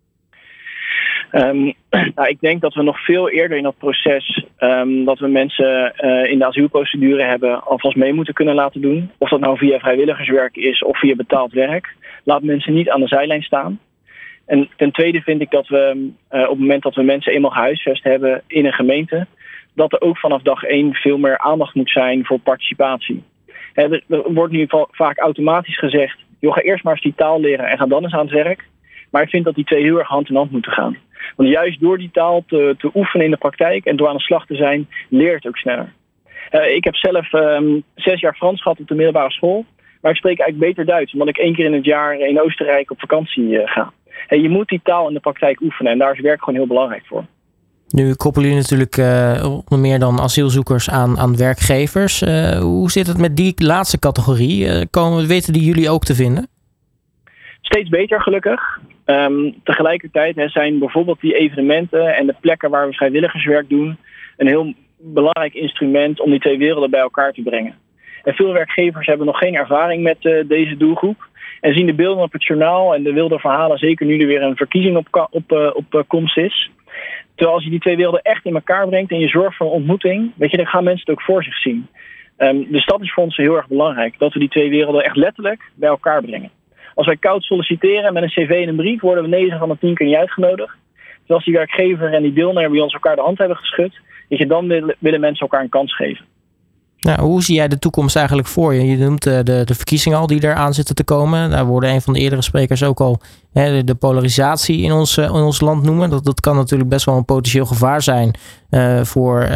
Ik denk dat we nog veel eerder in dat proces dat we mensen in de asielprocedure hebben alvast mee moeten kunnen laten doen. Of dat nou via vrijwilligerswerk is of via betaald werk. Laat mensen niet aan de zijlijn staan. En ten tweede vind ik dat we op het moment dat we mensen eenmaal gehuisvest hebben in een gemeente, dat er ook vanaf dag 1 veel meer aandacht moet zijn voor participatie. Er wordt nu vaak automatisch gezegd, joh, ga eerst maar eens die taal leren en ga dan eens aan het werk. Maar ik vind dat die 2 heel erg hand in hand moeten gaan. Want juist door die taal te oefenen in de praktijk en door aan de slag te zijn, leert het ook sneller. Ik heb zelf 6 jaar Frans gehad op de middelbare school. Maar ik spreek eigenlijk beter Duits, omdat ik 1 keer in het jaar in Oostenrijk op vakantie ga. Je moet die taal in de praktijk oefenen en daar is werk gewoon heel belangrijk voor. Nu koppelen jullie natuurlijk onder meer dan asielzoekers aan werkgevers. Hoe zit het met die laatste categorie? Weten die jullie ook te vinden? Steeds beter, gelukkig. Tegelijkertijd zijn bijvoorbeeld die evenementen en de plekken waar we vrijwilligerswerk doen een heel belangrijk instrument om die 2 werelden bij elkaar te brengen. En veel werkgevers hebben nog geen ervaring met deze doelgroep en zien de beelden op het journaal en de wilde verhalen, zeker nu er weer een verkiezing op komst is. Terwijl als je die 2 werelden echt in elkaar brengt en je zorgt voor een ontmoeting, dan gaan mensen het ook voor zich zien. Dus dat is voor ons heel erg belangrijk, dat we die 2 werelden echt letterlijk bij elkaar brengen. Als wij koud solliciteren met een cv en een brief, worden we 9 van de 10 keer niet uitgenodigd. Dus als die werkgever en die deelnemer bij ons elkaar de hand hebben geschud, dan willen mensen elkaar een kans geven. Nou, hoe zie jij de toekomst eigenlijk voor je? Je noemt de verkiezingen al die eraan zitten te komen. Daar worden een van de eerdere sprekers ook al de polarisatie in ons land noemen. Dat kan natuurlijk best wel een potentieel gevaar zijn voor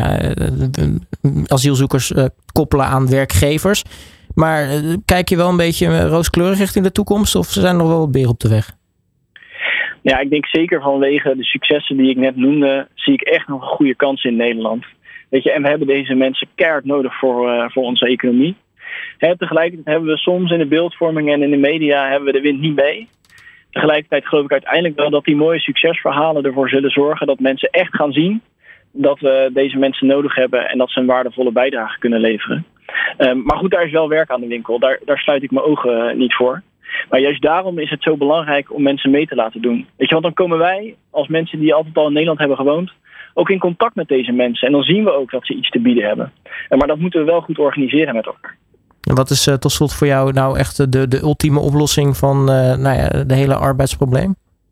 asielzoekers koppelen aan werkgevers. Maar kijk je wel een beetje rooskleurig richting de toekomst of zijn er nog wel wat beren op de weg? Ja, ik denk zeker vanwege de successen die ik net noemde, zie ik echt nog een goede kans in Nederland. En we hebben deze mensen keihard nodig voor onze economie. Tegelijkertijd hebben we soms in de beeldvorming en in de media hebben we de wind niet mee. Tegelijkertijd geloof ik uiteindelijk wel dat die mooie succesverhalen ervoor zullen zorgen dat mensen echt gaan zien dat we deze mensen nodig hebben en dat ze een waardevolle bijdrage kunnen leveren. Maar goed, daar is wel werk aan de winkel. Daar sluit ik mijn ogen niet voor. Maar juist daarom is het zo belangrijk om mensen mee te laten doen. Want dan komen wij als mensen die altijd al in Nederland hebben gewoond ook in contact met deze mensen. En dan zien we ook dat ze iets te bieden hebben. Maar dat moeten we wel goed organiseren met elkaar. En wat is tot slot voor jou nou echt de ultieme oplossing van de hele arbeidsprobleem?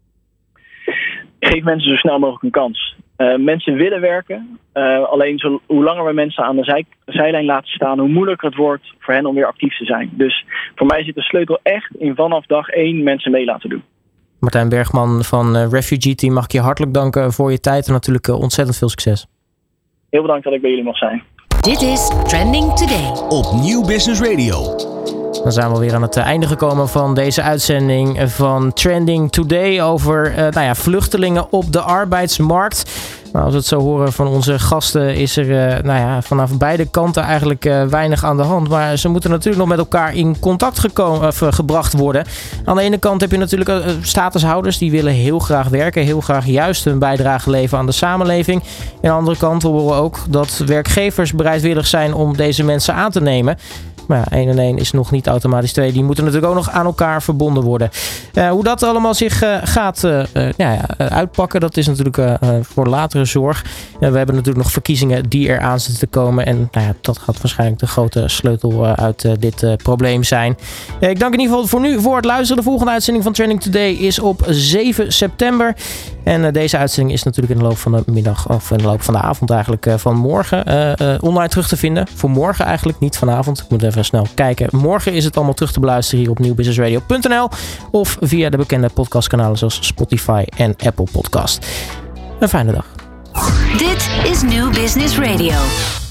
Geef mensen zo snel mogelijk een kans. Mensen willen werken. Alleen hoe langer we mensen aan de zijlijn laten staan, hoe moeilijker het wordt voor hen om weer actief te zijn. Dus voor mij zit de sleutel echt in vanaf dag 1 mensen mee laten doen. Martijn Bergman van Refugee Team, mag ik je hartelijk danken voor je tijd en natuurlijk ontzettend veel succes. Heel bedankt dat ik bij jullie mag zijn. Dit is Trending Today op Nieuw Business Radio. Dan zijn we alweer aan het einde gekomen van deze uitzending van Trending Today over vluchtelingen op de arbeidsmarkt. Nou, als we het zo horen van onze gasten is er vanaf beide kanten eigenlijk weinig aan de hand. Maar ze moeten natuurlijk nog met elkaar in contact gebracht worden. Aan de ene kant heb je natuurlijk statushouders die willen heel graag werken. Heel graag juist hun bijdrage leveren aan de samenleving. Aan de andere kant horen we ook dat werkgevers bereidwillig zijn om deze mensen aan te nemen. Maar 1 en 1 is nog niet automatisch 2. Die moeten natuurlijk ook nog aan elkaar verbonden worden. Hoe dat allemaal zich gaat uitpakken, dat is natuurlijk voor latere zorg. We hebben natuurlijk nog verkiezingen die eraan zitten te komen. En dat gaat waarschijnlijk de grote sleutel uit dit probleem zijn. Ik dank in ieder geval voor nu voor het luisteren. De volgende uitzending van Trending Today is op 7 september. En deze uitzending is natuurlijk in de loop van de middag of in de loop van de avond eigenlijk van morgen online terug te vinden. Voor morgen eigenlijk, niet vanavond. Ik moet even snel kijken. Morgen is het allemaal terug te beluisteren hier op nieuwbusinessradio.nl of via de bekende podcastkanalen zoals Spotify en Apple Podcast. Een fijne dag. Dit is Nieuw Business Radio.